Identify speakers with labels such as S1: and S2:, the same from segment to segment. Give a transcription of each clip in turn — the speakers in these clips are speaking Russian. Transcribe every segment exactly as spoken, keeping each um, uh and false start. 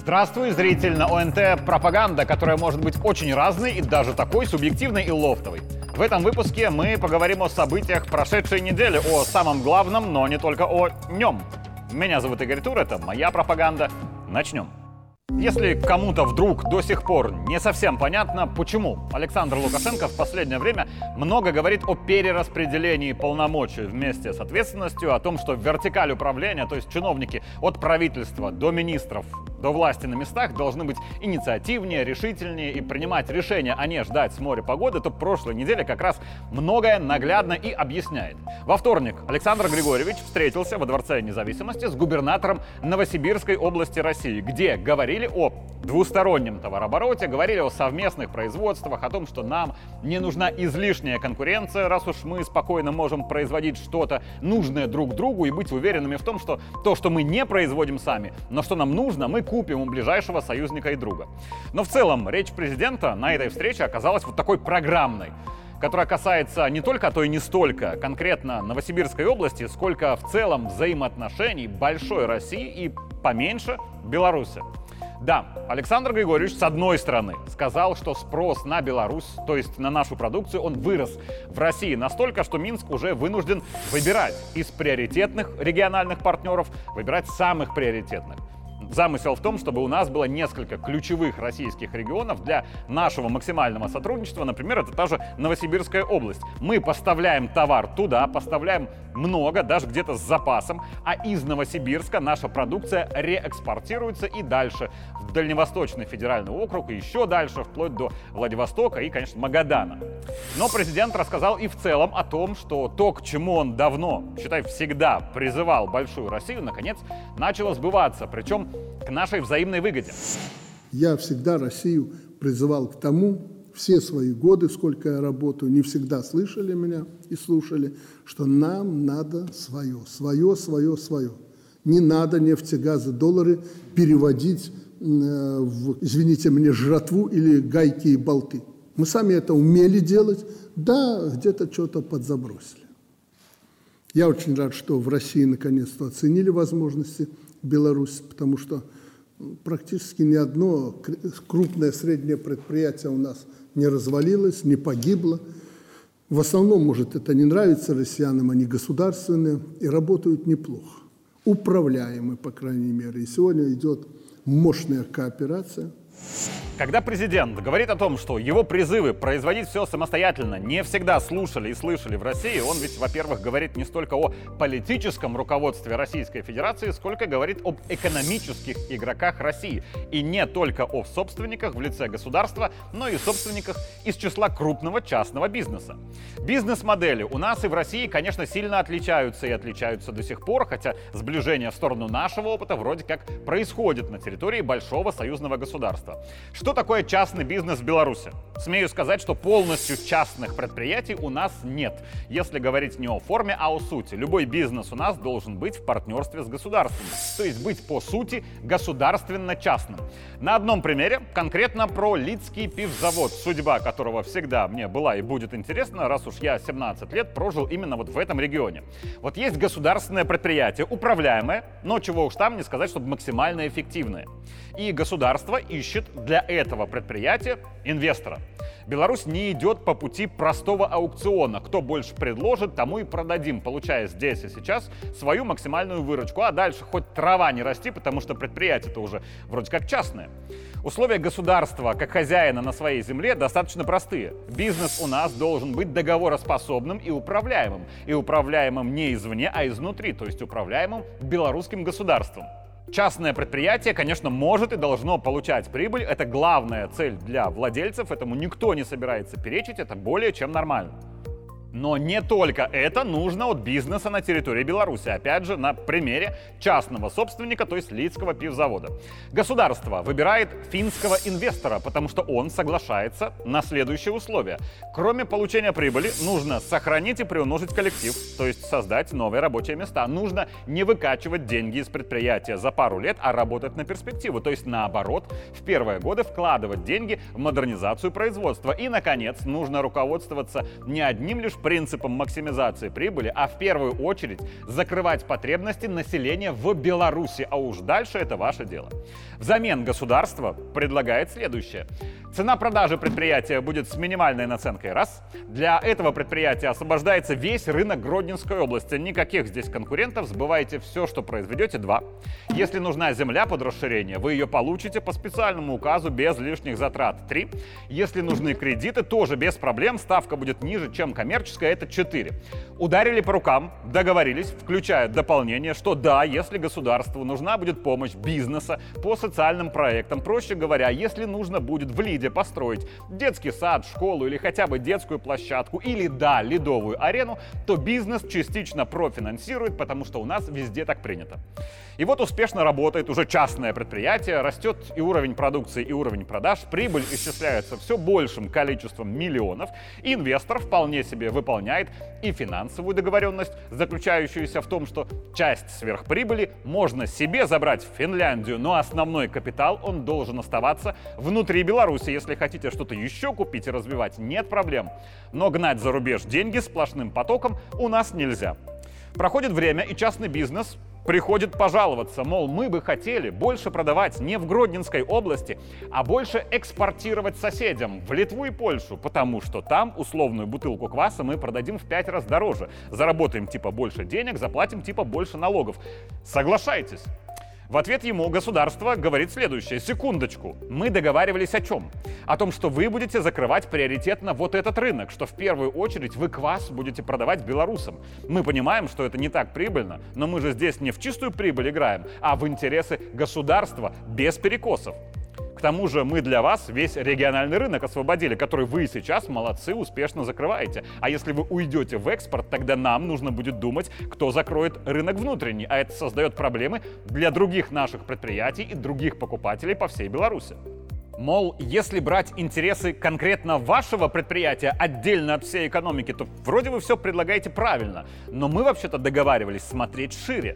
S1: Здравствуй, зритель на О Н Т. Пропаганда, которая может быть очень разной и даже такой субъективной и лофтовой. В этом выпуске мы поговорим о событиях прошедшей недели, о самом главном, но не только о нем. Меня зовут Игорь Тур, это моя пропаганда. Начнем. Если кому-то вдруг до сих пор не совсем понятно, почему Александр Лукашенко в последнее время много говорит о перераспределении полномочий вместе с ответственностью, о том, что вертикаль управления, то есть чиновники от правительства до министров, до власти на местах должны быть инициативнее, решительнее и принимать решения, а не ждать с моря погоды, то прошлой неделе как раз многое наглядно и объясняет. Во вторник Александр Григорьевич встретился во Дворце независимости с губернатором Новосибирской области России, где говорили о двустороннем товарообороте, говорили о совместных производствах, о том, что нам не нужна излишняя конкуренция, раз уж мы спокойно можем производить что-то нужное друг другу и быть уверенными в том, что то, что мы не производим сами, но что нам нужно, мы купим у ближайшего союзника и друга. Но в целом речь президента на этой встрече оказалась вот такой программной, которая касается не только, а то и не столько конкретно Новосибирской области, сколько в целом взаимоотношений большой России и поменьше Беларуси. Да, Александр Григорьевич, с одной стороны, сказал, что спрос на Беларусь, то есть на нашу продукцию, он вырос в России настолько, что Минск уже вынужден выбирать из приоритетных региональных партнеров, выбирать самых приоритетных. Замысел в том, чтобы у нас было несколько ключевых российских регионов для нашего максимального сотрудничества. Например, это та же Новосибирская область. Мы поставляем товар туда, поставляем много, даже где-то с запасом, а из Новосибирска наша продукция реэкспортируется и дальше в Дальневосточный федеральный округ, и еще дальше, вплоть до Владивостока и, конечно, Магадана. Но президент рассказал и в целом о том, что то, к чему он давно, считай, всегда призывал большую Россию, наконец начало сбываться, причем к нашей взаимной выгоде.
S2: Я всегда Россию призывал к тому, все свои годы, сколько я работаю, не всегда слышали меня и слушали, что нам надо свое, свое, свое, свое. Не надо нефти, газы, доллары переводить э, в, извините мне, жратву или гайки и болты. Мы сами это умели делать, да, где-то что-то подзабросили. Я очень рад, что в России наконец-то оценили возможности Беларуси, потому что практически ни одно крупное среднее предприятие у нас не развалилось, не погибло. В основном, может, это не нравится россиянам, они государственные и работают неплохо. Управляемы, по крайней мере. И сегодня идет мощная кооперация.
S1: Когда президент говорит о том, что его призывы производить все самостоятельно не всегда слушали и слышали в России, он ведь, во-первых, говорит не столько о политическом руководстве Российской Федерации, сколько говорит об экономических игроках России. И не только о собственниках в лице государства, но и собственниках из числа крупного частного бизнеса. Бизнес-модели у нас и в России, конечно, сильно отличаются и отличаются до сих пор, хотя сближение в сторону нашего опыта вроде как происходит на территории большого союзного государства. Что такое частный бизнес в Беларуси? Смею сказать, что полностью частных предприятий у нас нет. Если говорить не о форме, а о сути. Любой бизнес у нас должен быть в партнерстве с государством. То есть быть по сути государственно-частным. На одном примере, конкретно про Лидский пивзавод, судьба которого всегда мне была и будет интересна, раз уж я семнадцать лет прожил именно вот в этом регионе. Вот есть государственное предприятие, управляемое, но чего уж там не сказать, чтобы максимально эффективное. И государство ищет для этого предприятия инвестора. Беларусь не идет по пути простого аукциона. Кто больше предложит, тому и продадим, получая здесь и сейчас свою максимальную выручку. А дальше хоть трава не расти, потому что предприятие-то уже вроде как частное. Условия государства как хозяина на своей земле достаточно простые. Бизнес у нас должен быть договороспособным и управляемым. И управляемым не извне, а изнутри, то есть управляемым белорусским государством. Частное предприятие, конечно, может и должно получать прибыль. Это главная цель для владельцев, этому никто не собирается перечить, это более чем нормально. Но не только это нужно от бизнеса на территории Беларуси. Опять же, на примере частного собственника, то есть Лидского пивзавода. Государство выбирает финского инвестора, потому что он соглашается на следующие условия. Кроме получения прибыли, нужно сохранить и приумножить коллектив, то есть создать новые рабочие места. Нужно не выкачивать деньги из предприятия за пару лет, а работать на перспективу, то есть наоборот, в первые годы вкладывать деньги в модернизацию производства. И, наконец, нужно руководствоваться не одним лишь принципам максимизации прибыли, а в первую очередь закрывать потребности населения в Беларуси, а уж дальше это ваше дело. Взамен государство предлагает следующее. Цена продажи предприятия будет с минимальной наценкой – раз. Для этого предприятия освобождается весь рынок Гродненской области. Никаких здесь конкурентов, сбываете все, что произведете – два. Если нужна земля под расширение, вы ее получите по специальному указу без лишних затрат – три. Если нужны кредиты, тоже без проблем, ставка будет ниже, чем коммерческая – это четыре. Ударили по рукам, договорились, включая дополнение, что да, если государству нужна будет помощь бизнеса по социальным проектам, проще говоря, если нужно будет в Лиде построить детский сад, школу или хотя бы детскую площадку или, да, ледовую арену, то бизнес частично профинансирует, потому что у нас везде так принято. И вот успешно работает уже частное предприятие, растет и уровень продукции, и уровень продаж, прибыль исчисляется все большим количеством миллионов, инвестор вполне себе выполняет и финансовую договоренность, заключающуюся в том, что часть сверхприбыли можно себе забрать в Финляндию, но основной капитал он должен оставаться внутри Беларуси. Если хотите что-то еще купить и развивать, нет проблем. Но гнать за рубеж деньги сплошным потоком у нас нельзя. Проходит время, и частный бизнес приходит пожаловаться, мол, мы бы хотели больше продавать не в Гродненской области, а больше экспортировать соседям в Литву и Польшу, потому что там условную бутылку кваса мы продадим в пять раз дороже. Заработаем типа больше денег, заплатим типа больше налогов. Соглашайтесь. В ответ ему государство говорит следующее. Секундочку, мы договаривались о чем? О том, что вы будете закрывать приоритетно вот этот рынок, что в первую очередь вы квас будете продавать белорусам. Мы понимаем, что это не так прибыльно, но мы же здесь не в чистую прибыль играем, а в интересы государства без перекосов. К тому же мы для вас весь региональный рынок освободили, который вы сейчас, молодцы, успешно закрываете. А если вы уйдете в экспорт, тогда нам нужно будет думать, кто закроет рынок внутренний. А это создает проблемы для других наших предприятий и других покупателей по всей Беларуси. Мол, если брать интересы конкретно вашего предприятия отдельно от всей экономики, то вроде вы все предлагаете правильно. Но мы вообще-то договаривались смотреть шире.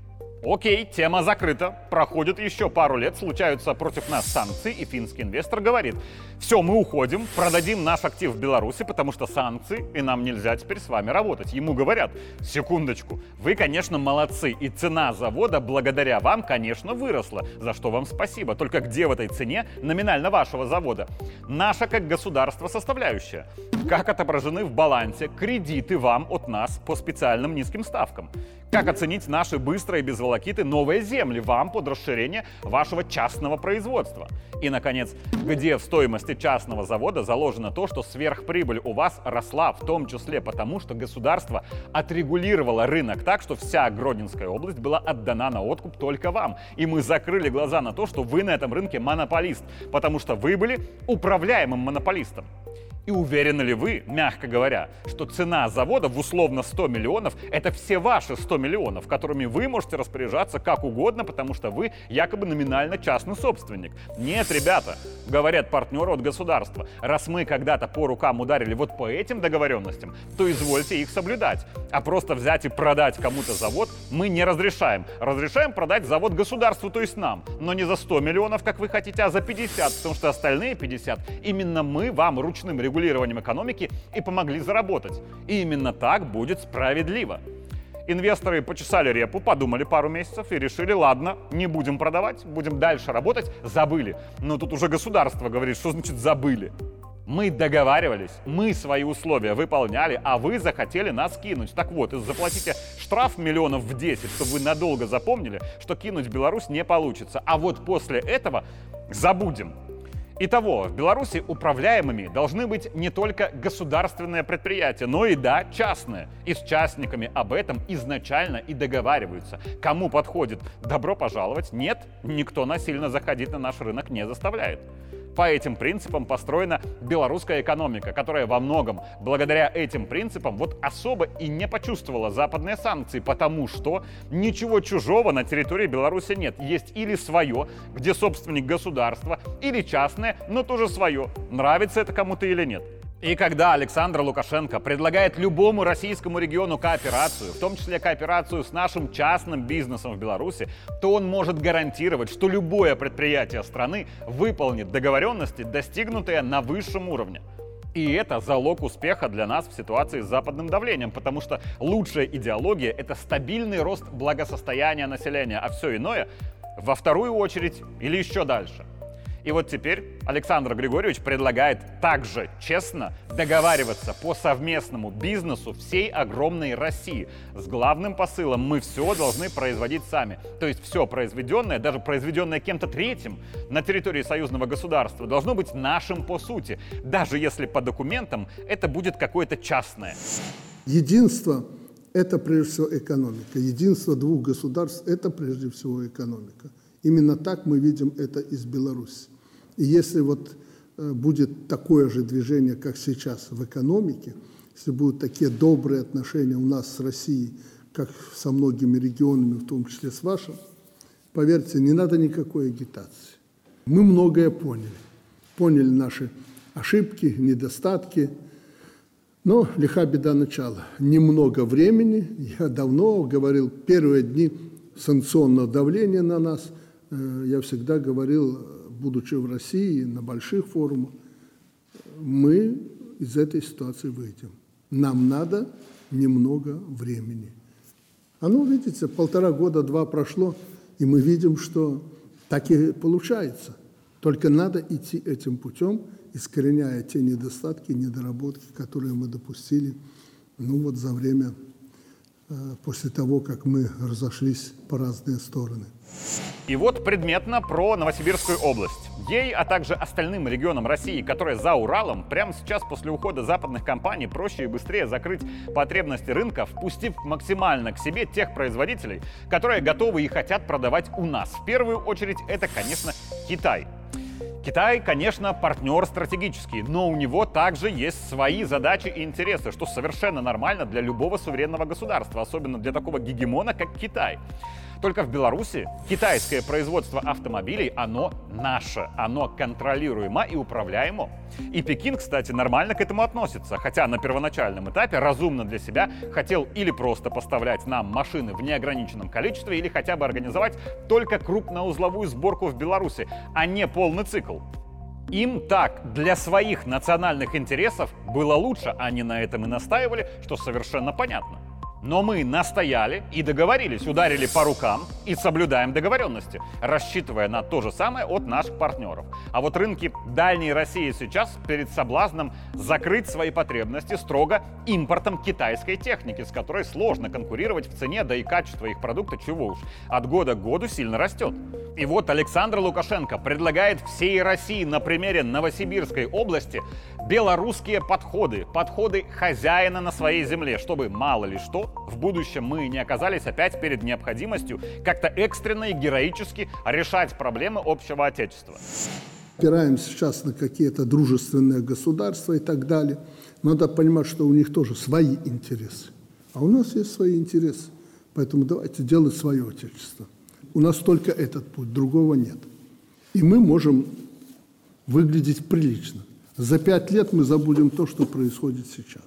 S1: Окей, тема закрыта. Проходит еще пару лет, случаются против нас санкции, и финский инвестор говорит: все, мы уходим, продадим наш актив в Беларуси, потому что санкции, и нам нельзя теперь с вами работать. Ему говорят: секундочку, вы, конечно, молодцы, и цена завода благодаря вам, конечно, выросла, за что вам спасибо. Только где в этой цене номинально вашего завода наша как государство составляющая? Как отображены в балансе кредиты вам от нас по специальным низким ставкам? Как оценить наши быстрые без волокиты новые земли вам под расширение вашего частного производства? И, наконец, где в стоимости частного завода заложено то, что сверхприбыль у вас росла, в том числе потому, что государство отрегулировало рынок так, что вся Гродненская область была отдана на откуп только вам. И мы закрыли глаза на то, что вы на этом рынке монополист, потому что вы были управляемым монополистом. И уверены ли вы, мягко говоря, что цена завода в условно сто миллионов – это все ваши сто миллионов, которыми вы можете распоряжаться как угодно, потому что вы якобы номинально частный собственник? Нет, ребята, говорят партнеры от государства, раз мы когда-то по рукам ударили вот по этим договоренностям, то извольте их соблюдать. А просто взять и продать кому-то завод мы не разрешаем. Разрешаем продать завод государству, то есть нам, но не за сто миллионов, как вы хотите, а за пятьдесят, потому что остальные пятьдесят именно мы вам ручным регулированием регулированием экономики и помогли заработать. И именно так будет справедливо. Инвесторы почесали репу, подумали пару месяцев и решили: ладно, не будем продавать, будем дальше работать, забыли. Но тут уже государство говорит: что значит забыли? Мы договаривались, мы свои условия выполняли, а вы захотели нас кинуть. Так вот, заплатите штраф миллионов в десять, чтобы вы надолго запомнили, что кинуть Беларусь не получится. А вот после этого забудем. Итого, в Беларуси управляемыми должны быть не только государственные предприятия, но и, да, частные. И с частниками об этом изначально и договариваются. Кому подходит, добро пожаловать. Нет, никто насильно заходить на наш рынок не заставляет. По этим принципам построена белорусская экономика, которая во многом благодаря этим принципам вот особо и не почувствовала западные санкции, потому что ничего чужого на территории Беларуси нет. Есть или свое, где собственник государства, или частное, но тоже свое. Нравится это кому-то или нет. И когда Александр Лукашенко предлагает любому российскому региону кооперацию, в том числе кооперацию с нашим частным бизнесом в Беларуси, то он может гарантировать, что любое предприятие страны выполнит договоренности, достигнутые на высшем уровне. И это залог успеха для нас в ситуации с западным давлением, потому что лучшая идеология — это стабильный рост благосостояния населения, а все иное во вторую очередь или еще дальше. И вот теперь Александр Григорьевич предлагает также честно договариваться по совместному бизнесу всей огромной России с главным посылом: мы все должны производить сами. То есть все произведенное, даже произведенное кем-то третьим на территории союзного государства, должно быть нашим по сути, даже если по документам это будет какое-то частное.
S2: Единство – это прежде всего экономика. Единство двух государств – это прежде всего экономика. Именно так мы видим это из Беларуси. И если вот э, будет такое же движение, как сейчас в экономике, если будут такие добрые отношения у нас с Россией, как со многими регионами, в том числе с вашим, поверьте, не надо никакой агитации. Мы многое поняли. Поняли наши ошибки, недостатки. Но лиха беда начала. Немного времени. Я давно говорил, первые дни санкционного давления на нас, э, я всегда говорил, будучи в России, на больших форумах, мы из этой ситуации выйдем. Нам надо немного времени. Оно, видите, полтора года, два прошло, и мы видим, что так и получается. Только надо идти этим путем, искореняя те недостатки, недоработки, которые мы допустили, ну вот за время, после того, как мы разошлись по разные стороны.
S1: И вот предметно про Новосибирскую область. Ей, а также остальным регионам России, которые за Уралом, прямо сейчас после ухода западных компаний проще и быстрее закрыть потребности рынка, впустив максимально к себе тех производителей, которые готовы и хотят продавать у нас. В первую очередь это, конечно, Китай. Китай, конечно, партнер стратегический, но у него также есть свои задачи и интересы, что совершенно нормально для любого суверенного государства, особенно для такого гегемона, как Китай. Только в Беларуси китайское производство автомобилей, оно наше, оно контролируемо и управляемо. И Пекин, кстати, нормально к этому относится, хотя на первоначальном этапе разумно для себя хотел или просто поставлять нам машины в неограниченном количестве, или хотя бы организовать только крупноузловую сборку в Беларуси, а не полный цикл. Им так, для своих национальных интересов было лучше, они на этом и настаивали, что совершенно понятно. Но мы настояли и договорились, ударили по рукам и соблюдаем договоренности, рассчитывая на то же самое от наших партнеров. А вот рынки дальней России сейчас перед соблазном закрыть свои потребности строго импортом китайской техники, с которой сложно конкурировать в цене, да и качество их продукта, чего уж, от года к году сильно растет. И вот Александр Лукашенко предлагает всей России на примере Новосибирской области белорусские подходы, подходы хозяина на своей земле, чтобы мало ли что в будущем мы не оказались опять перед необходимостью как-то экстренно и героически решать проблемы общего отечества.
S2: Опираемся сейчас на какие-то дружественные государства и так далее. Надо понимать, что у них тоже свои интересы. А у нас есть свои интересы. Поэтому давайте делать свое отечество. У нас только этот путь, другого нет. И мы можем выглядеть прилично. За пять лет мы забудем то, что происходит сейчас.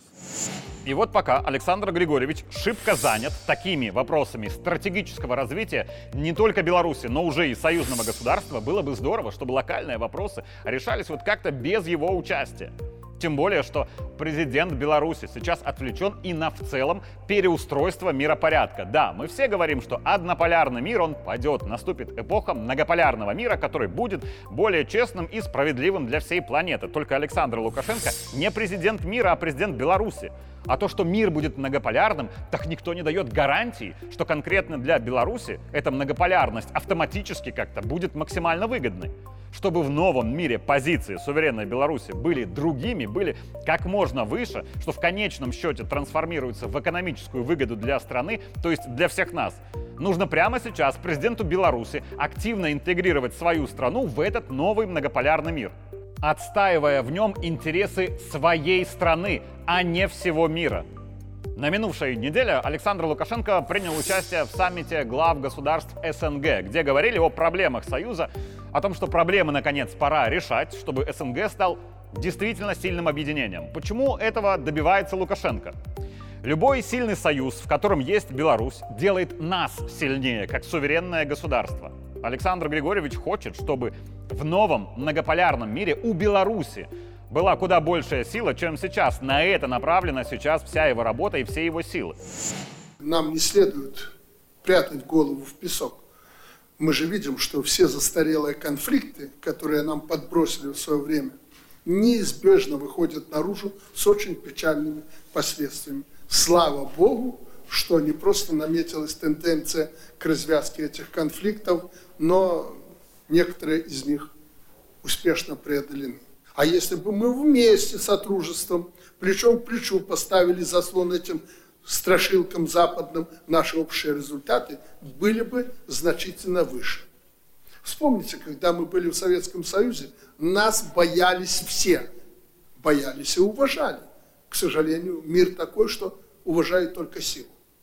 S1: И вот пока Александр Григорьевич шибко занят такими вопросами стратегического развития не только Беларуси, но уже и союзного государства, было бы здорово, чтобы локальные вопросы решались вот как-то без его участия. Тем более, что президент Беларуси сейчас отвлечен и на в целом переустройство миропорядка. Да, мы все говорим, что однополярный мир, он падет, наступит эпоха многополярного мира, который будет более честным и справедливым для всей планеты. Только Александр Лукашенко не президент мира, а президент Беларуси. А то, что мир будет многополярным, так никто не дает гарантии, что конкретно для Беларуси эта многополярность автоматически как-то будет максимально выгодной. Чтобы в новом мире позиции суверенной Беларуси были другими, были как можно выше, что в конечном счете трансформируется в экономическую выгоду для страны, то есть для всех нас, нужно прямо сейчас президенту Беларуси активно интегрировать свою страну в этот новый многополярный мир, отстаивая в нем интересы своей страны, а не всего мира. На минувшей неделе Александр Лукашенко принял участие в саммите глав государств СНГ, где говорили о проблемах Союза, о том, что проблемы, наконец, пора решать, чтобы СНГ стал действительно сильным объединением. Почему этого добивается Лукашенко? Любой сильный союз, в котором есть Беларусь, делает нас сильнее, как суверенное государство. Александр Григорьевич хочет, чтобы в новом многополярном мире у Беларуси была куда большая сила, чем сейчас. На это направлена сейчас вся его работа и все его силы.
S2: Нам не следует прятать голову в песок. Мы же видим, что все застарелые конфликты, которые нам подбросили в свое время, неизбежно выходят наружу с очень печальными последствиями. Слава Богу, что не просто наметилась тенденция к развязке этих конфликтов, но некоторые из них успешно преодолены. А если бы мы вместе с сотрудничеством, плечом к плечу поставили заслон этим страшилкам западным, наши общие результаты были бы значительно выше. Вспомните, когда мы были в Советском Союзе, нас боялись все. Боялись и уважали. К сожалению, мир такой, что уважает только силу.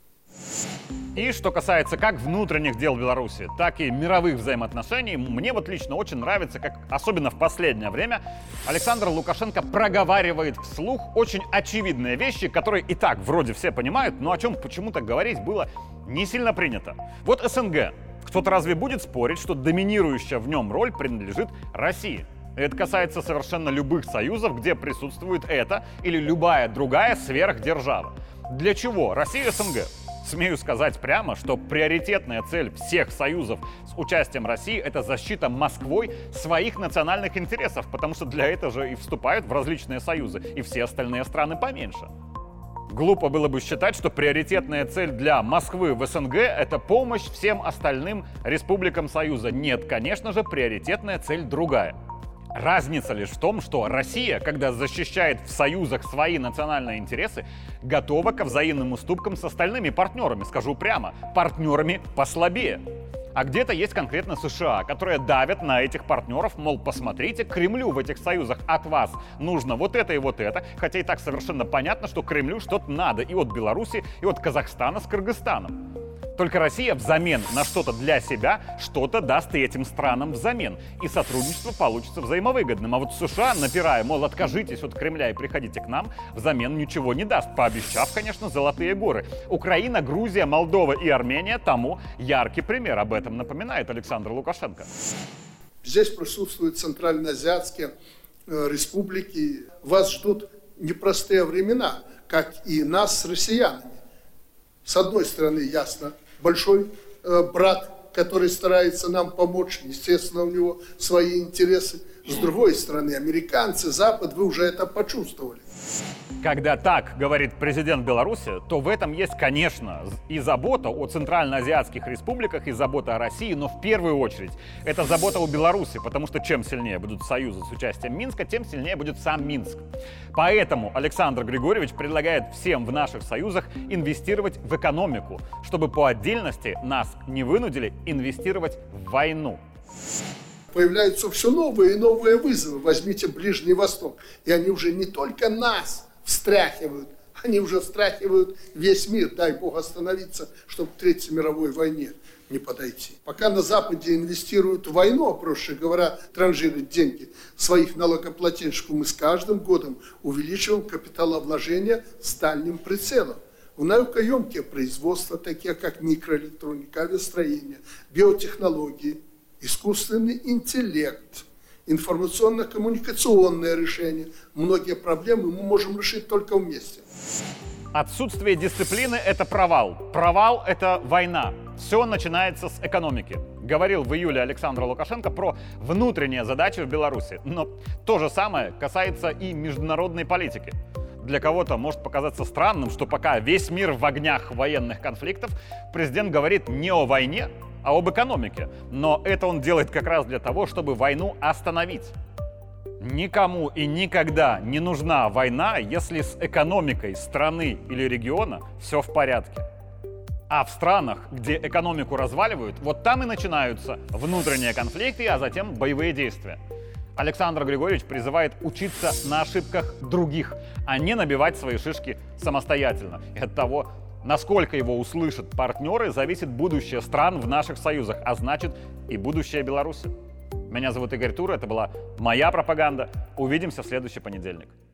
S1: И что касается как внутренних дел Беларуси, так и мировых взаимоотношений, мне вот лично очень нравится, как особенно в последнее время Александр Лукашенко проговаривает вслух очень очевидные вещи, которые и так вроде все понимают, но о чем почему-то говорить было не сильно принято. Вот СНГ. Кто-то разве будет спорить, что доминирующая в нем роль принадлежит России? Это касается совершенно любых союзов, где присутствует это или любая другая сверхдержава. Для чего Россия и СНГ? Смею сказать прямо, что приоритетная цель всех союзов с участием России — это защита Москвой своих национальных интересов, потому что для этого же и вступают в различные союзы, и все остальные страны поменьше. Глупо было бы считать, что приоритетная цель для Москвы в СНГ — это помощь всем остальным республикам Союза. Нет, конечно же, приоритетная цель другая. Разница лишь в том, что Россия, когда защищает в союзах свои национальные интересы, готова ко взаимным уступкам с остальными партнерами, скажу прямо, партнерами послабее. А где-то есть конкретно США, которые давят на этих партнеров, мол, посмотрите, Кремлю в этих союзах от вас нужно вот это и вот это, хотя и так совершенно понятно, что Кремлю что-то надо и от Беларуси, и от Казахстана с Кыргызстаном. Только Россия взамен на что-то для себя что-то даст и этим странам взамен. И сотрудничество получится взаимовыгодным. А вот США, напирая, мол, откажитесь от Кремля и приходите к нам, взамен ничего не даст, пообещав, конечно, золотые горы. Украина, Грузия, Молдова и Армения тому яркий пример. Об этом напоминает Александр Лукашенко.
S2: Здесь присутствуют центральноазиатские э, республики. Вас ждут непростые времена, как и нас с россиянами. С одной стороны, ясно, большой э, брат, который старается нам помочь, естественно, у него свои интересы. С другой стороны, американцы, Запад, вы уже это почувствовали.
S1: Когда так говорит президент Беларуси, то в этом есть, конечно, и забота о центральноазиатских республиках, и забота о России, но в первую очередь это забота о Беларуси, потому что чем сильнее будут союзы с участием Минска, тем сильнее будет сам Минск. Поэтому Александр Григорьевич предлагает всем в наших союзах инвестировать в экономику, чтобы по отдельности нас не вынудили инвестировать в войну.
S2: Появляются все новые и новые вызовы. Возьмите Ближний Восток. И они уже не только нас встряхивают, они уже встряхивают весь мир. Дай Бог остановиться, чтобы к Третьей мировой войне не подойти. Пока на Западе инвестируют в войну, а проще говоря, транжирят деньги своих налогоплательщиков, мы с каждым годом увеличиваем капиталовложения с дальним прицелом. В наукоемкие производства, такие как микроэлектроника, авиастроение, биотехнологии, искусственный интеллект, информационно-коммуникационные решения. Многие проблемы мы можем решить только вместе.
S1: Отсутствие дисциплины – это провал. Провал – это война. Все начинается с экономики. Говорил в июле Александр Лукашенко про внутренние задачи в Беларуси. Но то же самое касается и международной политики. Для кого-то может показаться странным, что пока весь мир в огнях военных конфликтов, президент говорит не о войне, а об экономике. Но это он делает как раз для того, чтобы войну остановить. Никому и никогда не нужна война, если с экономикой страны или региона все в порядке. А в странах, где экономику разваливают, вот там и начинаются внутренние конфликты, а затем боевые действия. Александр Григорьевич призывает учиться на ошибках других, а не набивать свои шишки самостоятельно. И от того, насколько его услышат партнеры, зависит будущее стран в наших союзах, а значит и будущее Беларуси. Меня зовут Игорь Тур, это была моя пропаганда. Увидимся в следующий понедельник.